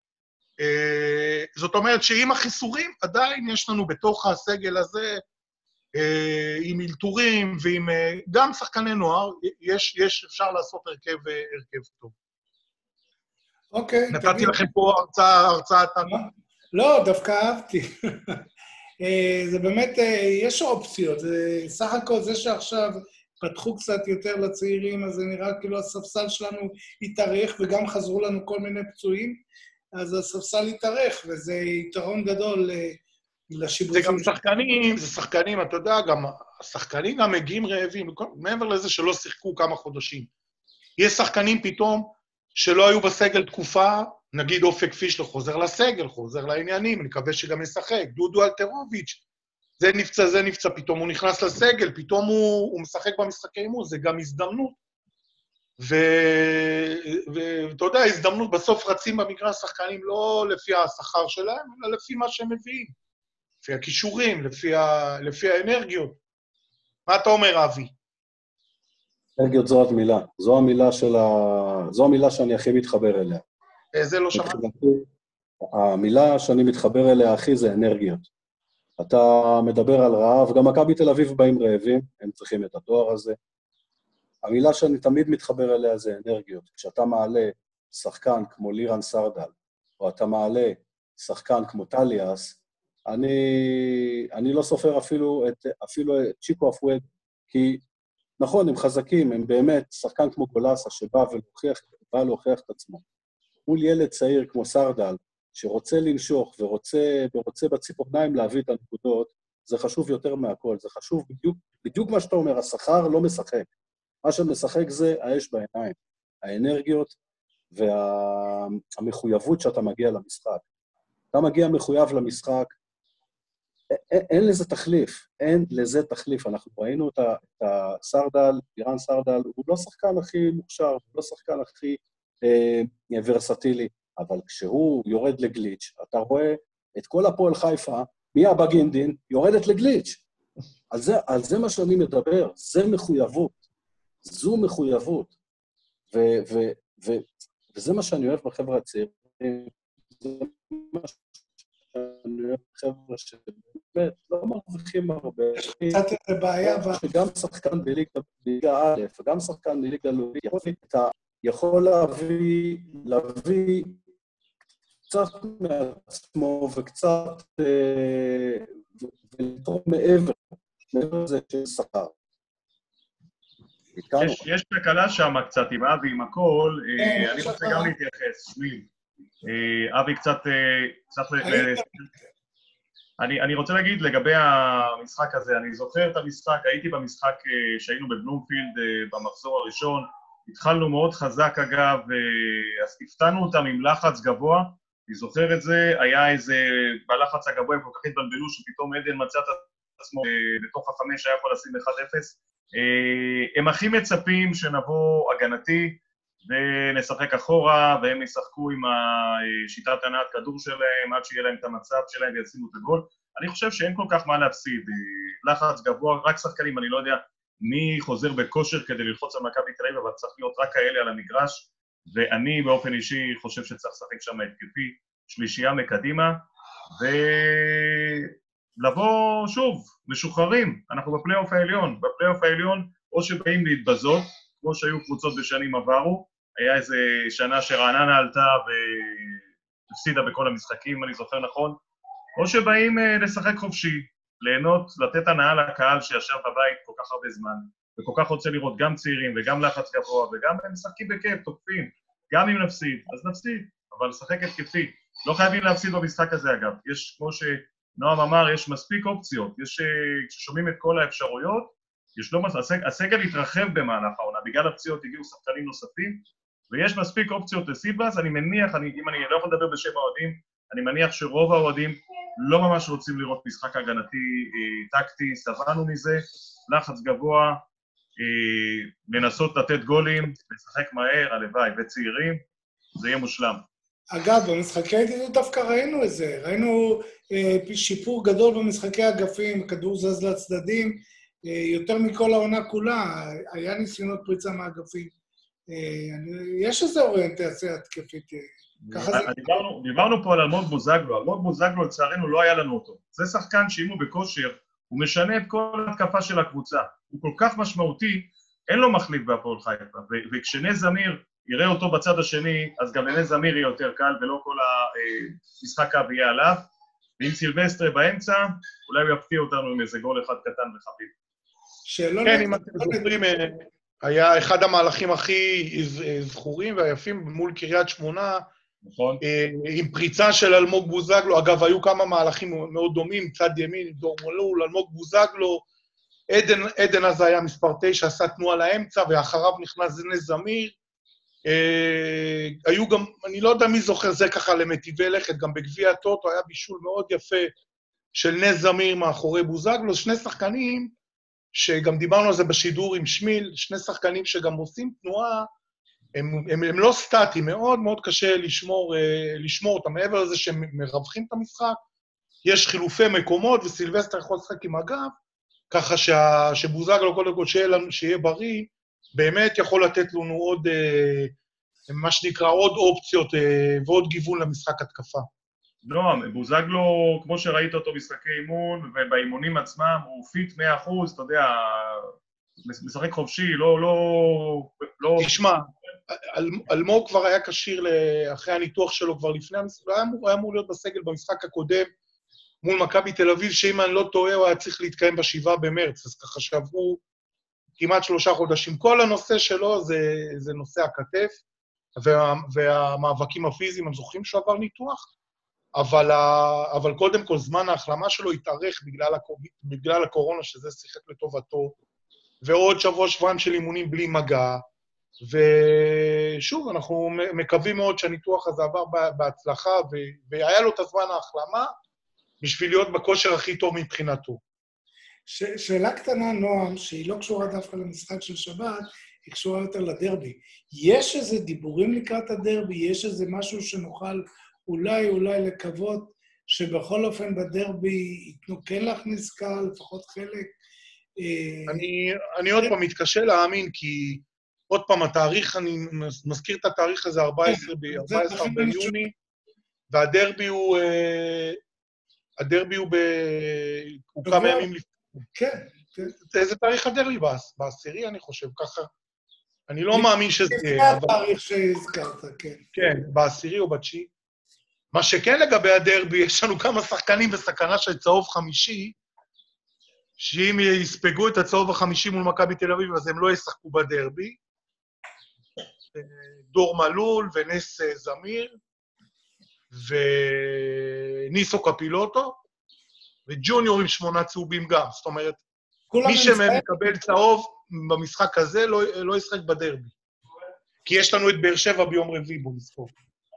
זאת אומרת שעם החיסורים עדיין יש לנו בתוך הסגל הזה, עם אלתורים ועם גם שחקני נוער, אפשר לעשות הרכב טוב. אוקיי. נתתי לכם פה הרצאה. לא, דווקא אהבתי. זה באמת, יש אופציות. סך הכל זה שעכשיו פתחו קצת יותר לצעירים, אז זה נראה כאילו הספסל שלנו התארך, וגם חזרו לנו כל מיני פצועים, אז הספסל התארך, וזה יתרון גדול לשיבוצים. זה גם שחקנים, אתה יודע, גם השחקנים גם מגיעים רעבים, מעבר לזה שלא שיחקו כמה חודשים. יש שחקנים פתאום שלא היו בסגל תקופה, נגיד אופק פישלר חוזר לסגל, חוזר לעניינים, אני מקווה שגם ישחק. דודו אלטרוביץ', זה נפצע, פתאום הוא נכנס לסגל, פתאום הוא משחק במשחקי אימון, זה גם הזדמנות. ואתה יודע, הזדמנות, בסוף רצים במגרש שחקנים לא לפי השכר שלהם, אלא לפי מה שהם מביאים. לפי הכישורים, לפי האנרגיות. מה אתה אומר, אבי? אנרגיות זו המילה. זו המילה שאני הכי מתחבר אליה. זה לא שמעת? המילה שאני מתחבר אליה הכי זה אנרגיות. אתה מדבר על רעב, גם מכבי תל אביב באים רעבים, הם צריכים את התואר הזה. המילה שאני תמיד מתחבר אליה זה אנרגיות. כשאתה מעלה שחקן כמו לירן סרדל, או אתה מעלה שחקן כמו טליאס, אני לא סופר אפילו את צ'יקו אפואד, כי נכון, הם חזקים, הם באמת שחקן כמו גולסה שבא להוכיח את עצמו. מול ילד צעיר כמו סרדל, שרוצה לנשוך ורוצה בציפורניים להביא את הנקודות, זה חשוב יותר מהכל, זה חשוב בדיוק מה שאתה אומר, השכר לא משחק. מה שמשחק זה האש בעיניים, האנרגיות והמחויבות שאתה מגיע למשחק. אתה מגיע מחויב למשחק, אין לזה תחליף, אין לזה תחליף. אנחנו ראינו את הסרדל, לירן סרדל, הוא לא שחקן הכי מוכשר, הוא לא שחקן הכי ורסטילי, אבל כשהוא יורד לגליץ', אתה רואה את כל הפועל חיפה, מאבא גינדין, יורדת לגליץ'. על זה מה שאני מדבר, זה מחויבות. זו מחויבות. וזה מה שאני אוהב בחבר'ה הצעירים, זה מה שאני אוהב בחבר'ה שבאמת לא מרוויחים הרבה. יש קצת איזה בעיה. שגם שחקן בליגה א' וגם שחקן בליגה לאומית יכול להביא קצת מעצמו וקצת ולתרום מעבר לזה של שכר. יש תקלה שם קצת עם אבי, עם הכל, אני רוצה גם להתייחס, שמיל. אבי קצת אני רוצה להגיד לגבי המשחק הזה, אני זוכר את המשחק, הייתי במשחק שהיינו בבלומפילד במחזור הראשון, התחלנו מאוד חזק אגב, אז הפתענו אותם עם לחץ גבוה, אני זוכר את זה, היה איזה, בלחץ הגבוה הם כל כך התבלבלו שפתאום עדן מצא את עצמו בתוך החמש, היה יכול לשים 1-0, הם הכי מצפים שנבוא הגנתי ונשחק אחורה, והם ישחקו עם שיטת הנעת כדור שלהם, עד שיהיה להם את המצב שלהם וישימו את הגול. אני חושב שאין כל כך מה להפסיד. לחץ גבוה, רק שחקנים, אני לא יודע מי חוזר בכושר כדי ללחוץ על מכבי תל אביב, אבל צריך להיות רק כאלה על המגרש, ואני באופן אישי חושב שצריך לשחק שם התקפי, שלישייה מקדימה, ולבוא שוב, משוחררים, אנחנו בפלייאוף העליון. בפלייאוף העליון, או שבאים להתבזות, כמו שהיו קבוצות בשנים עברו, היה איזה שנה שרעננה עלתה והפסידה בכל המשחקים, אני זוכר נכון, או שבאים לשחק חופשי, ליהנות, לתת הנאה לקהל שישב בבית כל כך הרבה זמן, וכל כך רוצה לראות גם צעירים וגם לחץ גבוה, וגם הם משחקים בכיף, תוקפים, גם אם נפסיד, אז נפסיד, אבל לשחק התקפי. לא חייבים להפסיד במשחק הזה אגב, יש, כמו שנועם אמר, יש מספיק אופציות, יש, כששומעים את כל האפשרויות, יש לא הסגל התרחב במהלך העונה, בגלל הפציעות הגיעו שחקנים נוספים, ויש מספיק אופציות לסיבאס, אני מניח, אם אני לא יכול לדבר בשם האוהדים, אני מניח שרוב האוהדים לא ממש רוצים לראות משחק הגנתי טקטי, סבלנו מזה, לחץ גבוה, לנסות לתת גולים, לשחק מהר, הלוואי, וצעירים, זה יהיה מושלם. אגב, במשחקי הידידות דווקא ראינו את זה, ראינו שיפור גדול במשחקי אגפים, כדור זז לצדדים, יותר מכל העונה כולה, היה ניסיונות פריצה מהאגפים. יש איזו אוריינטציה התקפית. דיברנו פה על אלמוג בוזגלו, אלמוג בוזגלו לצערנו לא היה לנו אותו. זה שחקן שאם הוא בכושר, הוא משנה את כל התקפה של הקבוצה. הוא כל כך משמעותי, אין לו מחליף בהפועל חיפה. וכשנס זמיר יראה אותו בצד השני, אז גם לנס זמיר יהיה יותר קל, ולא כל המשחק קו יהיה עליו. ואם סילבסטרה באמצע, אולי הוא יפתיע אותנו עם איזה גול אחד קטן וחביב. כן, אם אתם זוכרים, היה אחד המהלכים הכי זכורים והיפים מול קריית שמונה, נכון. עם פריצה של אלמוג בוזגלו, אגב, היו כמה מהלכים מאוד דומים, צד ימין, דור מלול, אלמוג בוזגלו, עדן אז היה מספר 9, עשה תנועה לאמצע, ואחריו נכנס נס זמיר. היו גם, אני לא יודע מי זוכר זה ככה למטיבי לכת, גם בגביע הטוטו היה בישול מאוד יפה של נס זמיר מאחורי בוזגלו, שני שחקנים, שגם דיברנו על זה בשידור עם שמיל, שני שחקנים שגם עושים תנועה, הם לא סטטיים, מאוד מאוד קשה לשמור אותם, מעבר לזה שהם מרווחים את המשחק, יש חילופי מקומות, וסילבסטר יכול לשחק עם הגב, ככה שבוזגלו קודם כל שיהיה בריא, באמת יכול לתת לנו עוד, מה שנקרא, עוד אופציות ועוד גיוון למשחק התקפה. לא, בוזגלו, כמו שראית אותו משחקי אימון, ובאימונים עצמם, הוא פיט 100%, אתה יודע, משחק חופשי, לא... תשמע, אלמוג כבר היה קשיר אחרי הניתוח שלו כבר לפני המשחק, הוא היה אמור להיות בסגל במשחק הקודם, מול מכבי תל אביב, שאם אני לא טועה, הוא היה צריך להתקיים ב7 במרץ, אז ככה שעברו כמעט 3 חודשים. כל הנושא שלו זה נושא הכתף, והמאבקים הפיזיים, אני זוכרים שהוא עבר ניתוח, אבל קודם כל זמן ההחלמה שלו התארך בגלל הקורונה, שזה שיחק לטובתו, ועוד שבוע-שבועיים של אימונים בלי מגע, ושוב, אנחנו מקווים מאוד שהניתוח הזה עבר בהצלחה, והיה לו את הזמן ההחלמה, בשביל להיות בכושר הכי טוב מבחינתו. שאלה קטנה, נועם, שהיא לא קשורה דווקא למשחק של שבת, היא קשורה יותר לדרבי. יש איזה דיבורים לקראת הדרבי? יש איזה משהו שנוכל אולי לקוות שבכל אופן בדרבי ייתנו כן להכניס קהל, לפחות חלק? אני עוד פעם מתקשה להאמין, כי עוד פעם, התאריך, אני מזכיר את התאריך הזה, 14 ביוני, והדרבי הוא כמה ימים לפני. כן. איזה תאריך הדרבי? בעשירי, אני חושב, ככה. אני לא מאמין שזה... זה התאריך שהזכרת, כן. כן, בעשירי או בתשיעי. מה שכן לגבי הדרבי, יש לנו כמה שחקנים בסכנה של צהוב חמישי, שאם יספגו את הצהוב החמישי מול מכבי תל אביב, אז הם לא ישחקו בדרבי. דור מלול ונס זמיר, וניסו קפילוטו, וג'וניור עם 8 צהובים גם. זאת אומרת, מי שמקבל צהוב במשחק הזה לא ישחק בדרבי. כי יש לנו את באר שבע ביום רביעי, בוא נזכור.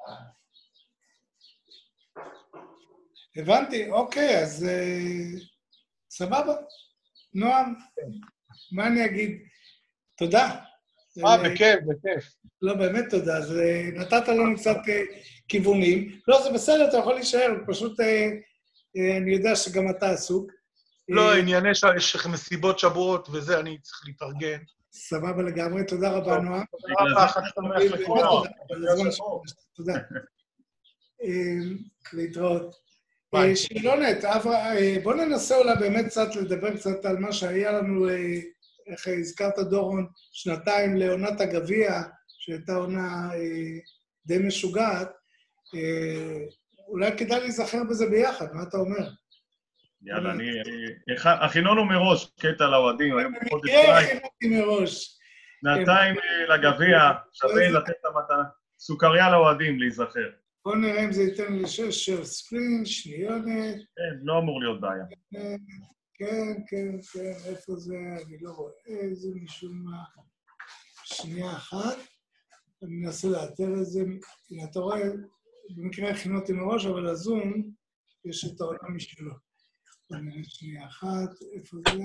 הבנתי, אוקיי, אז סבבה. נועם, מה אני אגיד? תודה. בכיף, בכיף. לא, באמת תודה. אז נתת לנו קצת כיוונים. לא, זה בסדר, אתה יכול להישאר, פשוט אני יודע שגם אתה עסוק. לא, ענייני יש מסיבות שבועות וזה, אני צריך להתארגן. סבבה לגמרי, תודה רבה, נועם. תודה רבה, חג שמח לכולם. תודה. להתראות. שילונת, בוא ננסה אולי באמת קצת לדבר קצת על מה שהיה לנו, איך הזכרת דורון, 2 לעונת הגביע, שהייתה עונה די משוגעת. אולי כדאי להיזכר בזה ביחד, מה אתה אומר? יאללה, הכינונו מראש, קטע לאוהדים, היום חודש מאי. הכינותי מראש. 2 לגביע, שווה לתת את המתנה. סוכריה לאוהדים, להיזכר. בוא נראה אם זה ייתן לי share screen, שניונת. כן, לא אמור להיות בעיה. כן, איפה זה? אני לא רואה איזה משום מה. שנייה אחת. אני מנסה לאתר את זה. הנה, אתה רואה, במקרה הכינותי מראש, אבל הזום, יש את העולם משלו. שנייה אחת, איפה זה?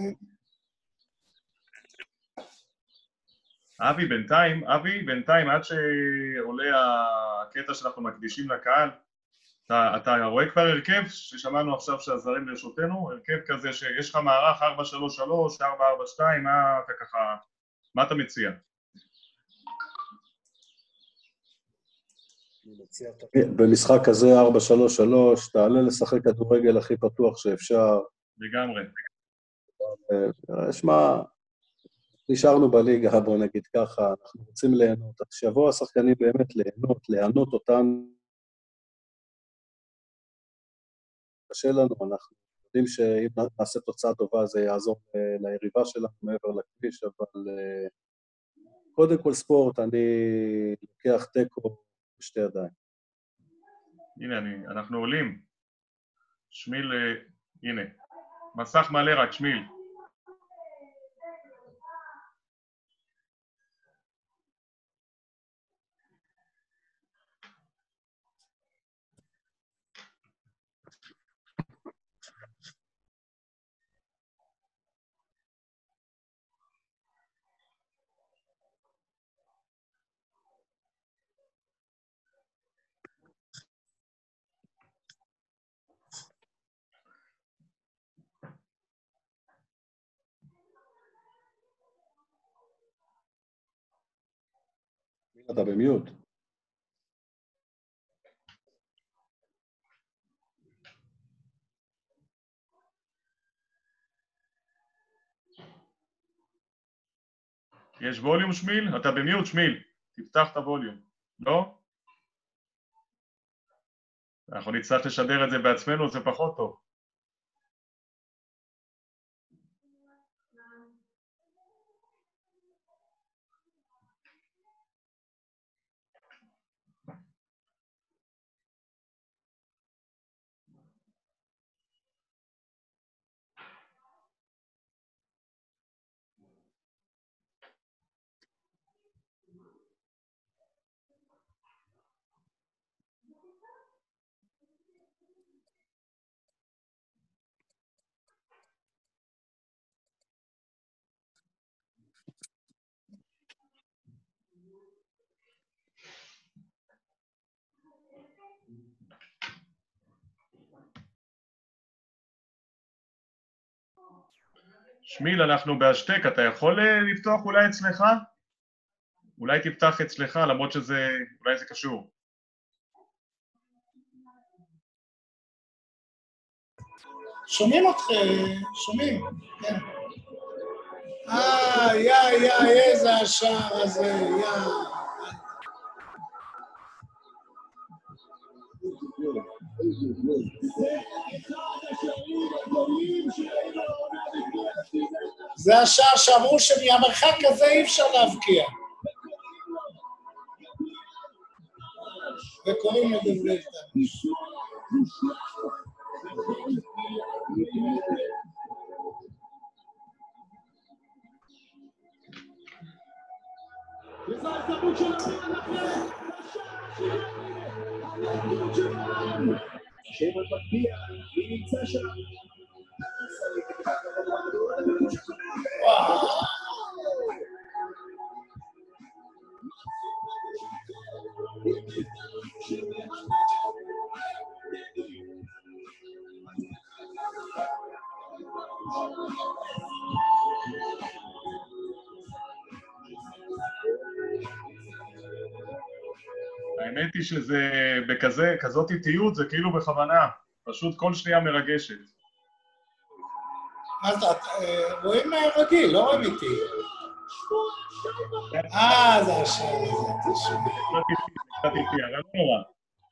אבי, בינתיים, עד שעולה הקטע שאנחנו מקדישים לקהל, אתה רואה כבר הרכב ששמענו עכשיו שהזרים לרשותנו, הרכב כזה שיש לך מערך 4-3-3, 4-4-2, מה אתה מציע? במשחק הזה 4-3-3, תעלה לשחק כדורגל הכי פתוח שאפשר. לגמרי. שמע, נשארנו בליגה, בוא נגיד ככה, אנחנו רוצים ליהנות. שיבואו השחקנים באמת ליהנות אותנו. קשה לנו, אנחנו יודעים שאם נעשה תוצאה טובה זה יעזור ליריבה שלנו מעבר לכביש, אבל קודם כל ספורט, אני לוקח טקו בשתי ידיים. הנה, אנחנו עולים. שמיל, הנה. מסך מלא רק, שמיל. אתה במיוט. יש ווליום שמיל? אתה במיוט שמיל. תפתח את הווליום. לא? אנחנו נצטרך לשדר את זה בעצמנו, זה פחות טוב. שמיל, אנחנו בהשתק, אתה יכול לפתוח אולי אצלך? אולי תפתח אצלך, למרות שזה, אולי זה קשור. שומעים אתכם, שומעים, כן. איזה השער הזה, זה השער שאמרו שמהמרחק הזה אי אפשר להבקיע. וקוראים לדברי תמיש. האמת היא שזה בכזאת איטיות, זה כאילו בכוונה, פשוט כל שנייה מרגשת. מה זה, רואים רגיל, לא רואים איתי. זה השער הזה, תשמע. קצת איטי, אבל לא נורא.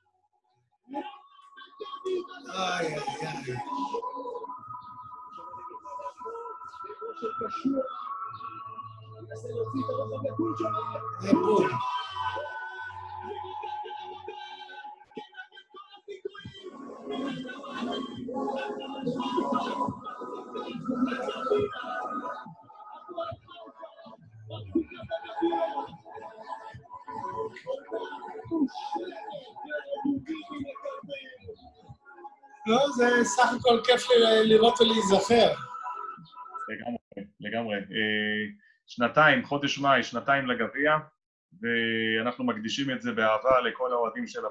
זה בול. לא, זה סך הכל כיף לראות ולהיזכר. לגמרי. שנתיים, חודש מאי, שנתיים לגביע, ואנחנו מקדישים את זה באהבה לכל האוהדים של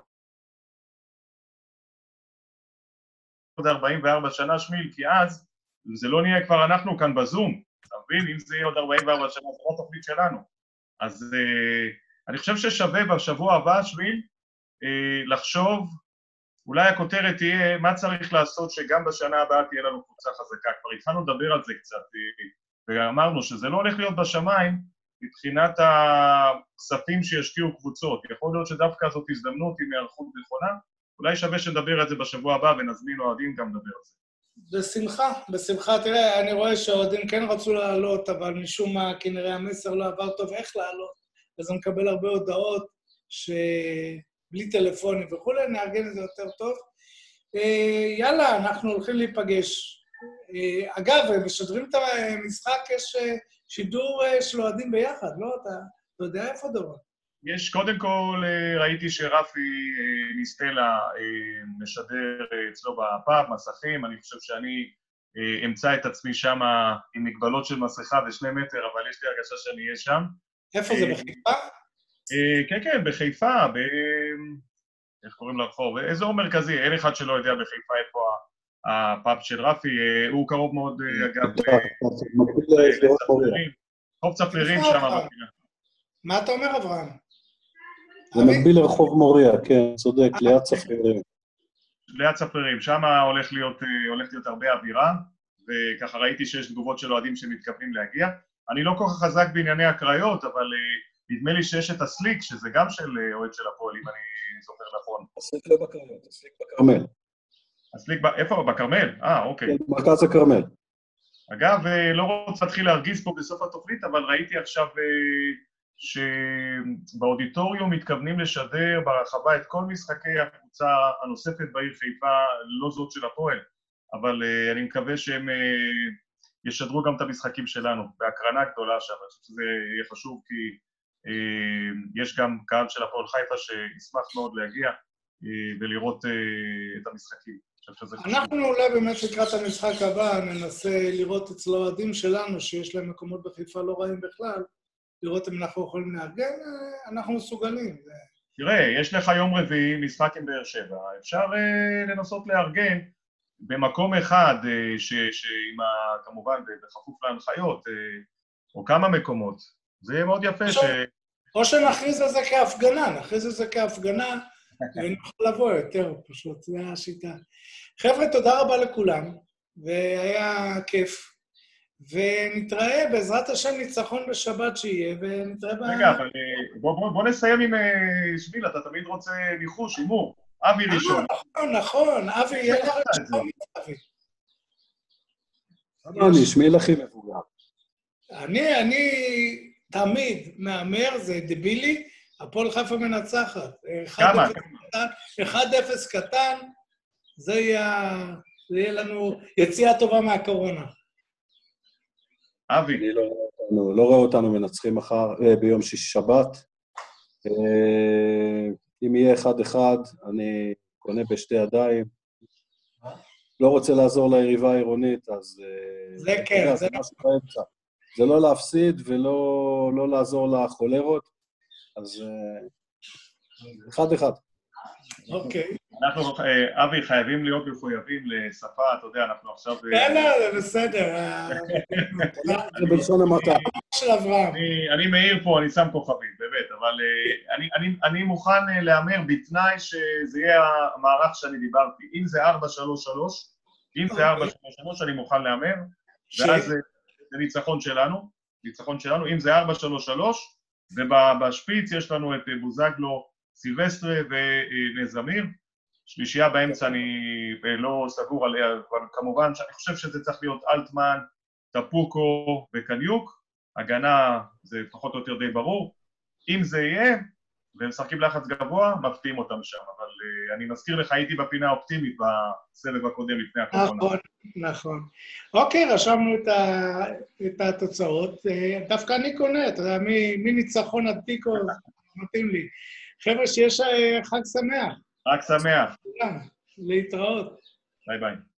עוד 44 שנה שמיל, כי אז זה לא נהיה כבר אנחנו כאן בזום, אתה מבין? אם זה יהיה עוד 44 שנה, זה לא תוכנית שלנו. אז אני חושב ששווה בשבוע הבא, שמיל, לחשוב, אולי הכותרת תהיה מה צריך לעשות שגם בשנה הבאה תהיה לנו קבוצה חזקה. כבר התחלנו לדבר על זה קצת, ואמרנו שזה לא הולך להיות בשמיים מבחינת הכספים שישקיעו קבוצות. יכול להיות שדווקא זאת הזדמנות עם הערכות נכונה, אולי שווה שנדבר על זה בשבוע הבא ונזמין אוהדים גם לדבר על זה. בשמחה. תראה, אני רואה שהאוהדים כן רצו לעלות, אבל משום מה כנראה המסר לא עבר טוב איך לעלות, אז אני מקבל הרבה הודעות שבלי טלפונים וכולי, נארגן את זה יותר טוב. יאללה, אנחנו הולכים להיפגש. אגב, משדרים את המשחק, יש שידור של אוהדים ביחד, לא? אתה יודע איפה דבר? יש, קודם כל, ראיתי שרפי ניסטלה משדר אצלו בפאב, מסכים, אני חושב שאני אמצא את עצמי שם עם מגבלות של מסכה ו2 מטר, אבל יש לי הרגשה שאני אהיה שם. איפה זה, בחיפה? כן, בחיפה, איך קוראים לרחוב? אזור מרכזי, אין אחד שלא יודע בחיפה איפה הפאב של רפי, הוא קרוב מאוד, אגב, חוב צפלרים שם בפינה. מה אתה אומר, אברהם? זה מקביל לרחוב מוריה, כן, צודק, ליד צפלרים. ליד צפלרים, שם הולך להיות הרבה אווירה, וככה ראיתי שיש תגובות של אוהדים שמתכוונים להגיע. אני לא כל כך חזק בענייני הקריות, אבל נדמה לי שיש את הסליק, שזה גם של אוהד של הפועל, אם אני זוכר נכון. הסליק לא בקריות, הסליק בכרמל. הסליק, איפה? בכרמל? אוקיי. כן, מרכז הכרמל. אגב, לא רוצה להתחיל להרגיז פה בסוף התוכנית, אבל ראיתי עכשיו שבאודיטוריום מתכוונים לשדר ברחבה את כל משחקי הקבוצה הנוספת בעיר חיפה, לא זאת של הפועל, אבל אני מקווה שהם ישדרו גם את המשחקים שלנו, בהקרנה גדולה שם. אני חושב שזה יהיה חשוב, כי יש גם קהל של הפועל חיפה שישמח מאוד להגיע ולראות את המשחקים. אנחנו אולי באמת לקראת המשחק הבא ננסה לראות אצל האוהדים שלנו, שיש להם מקומות בחיפה לא רעים בכלל, לראות אם אנחנו יכולים לארגן, אנחנו מסוגלים. תראה, יש לך יום רביעי משחק עם באר שבע, אפשר לנסות לארגן במקום אחד, כמובן, בכפוף להנחיות, או כמה מקומות, זה יהיה מאוד יפה או שנכריז על זה כהפגנה, ונוכל לבוא יותר, פשוט, זו השיטה. חבר'ה, תודה רבה לכולם, והיה כיף. ונתראה, בעזרת השם ניצחון בשבת שיהיה, ונתראה רגע, אבל בוא נסיים עם שביל, אתה תמיד רוצה ניחוש, הימור. אבי ראשון. נכון, אבי, יהיה לך ראשון אבי. אני שמיל הכי מבוגר. אני תמיד מהמר, זה דבילי, הפועל חיפה מנצחת. כמה? 1-0 קטן, זה יהיה לנו יציאה טובה מהקורונה. אבי. אני לא רואה אותנו מנצחים ביום שישי שבת. אם יהיה 1-1, אני קונה בשתי ידיים. לא רוצה לעזור ליריבה העירונית, אז... זה כן, זה משהו באמצע. זה לא להפסיד ולא לעזור לחולרות, אז 1-1. אוקיי. אנחנו, אבי, חייבים להיות מחויבים לשפה, אתה יודע, אנחנו עכשיו... זה בסדר. זה בלשון המעטה. של אברהם. אני מעיר פה, אני שם כוכבים, באמת, אבל אני מוכן להמר בתנאי שזה יהיה המערך שאני דיברתי. אם זה 4-3-3, אני מוכן להמר, ואז זה ניצחון שלנו. אם זה 4-3-3, ובשפיץ יש לנו את בוזגלו, סילבסטרה ונזמיר. שלישייה באמצע אני לא סגור עליה, אבל כמובן שאני חושב שזה צריך להיות אלטמן, טפוקו וקניוק. הגנה זה פחות או יותר די ברור. אם זה יהיה, והם משחקים לחץ גבוה, מפתיעים אותם שם. אבל אני מזכיר לך, הייתי בפינה האופטימית בסבב הקודם לפני הקורונה. נכון. אוקיי, רשמנו את התוצאות. דווקא אני קונה, אתה יודע, מניצחון עד תיקו, מתאים לי. חבר'ה, שיש חג שמח. חג שמח. להתראות. ביי ביי.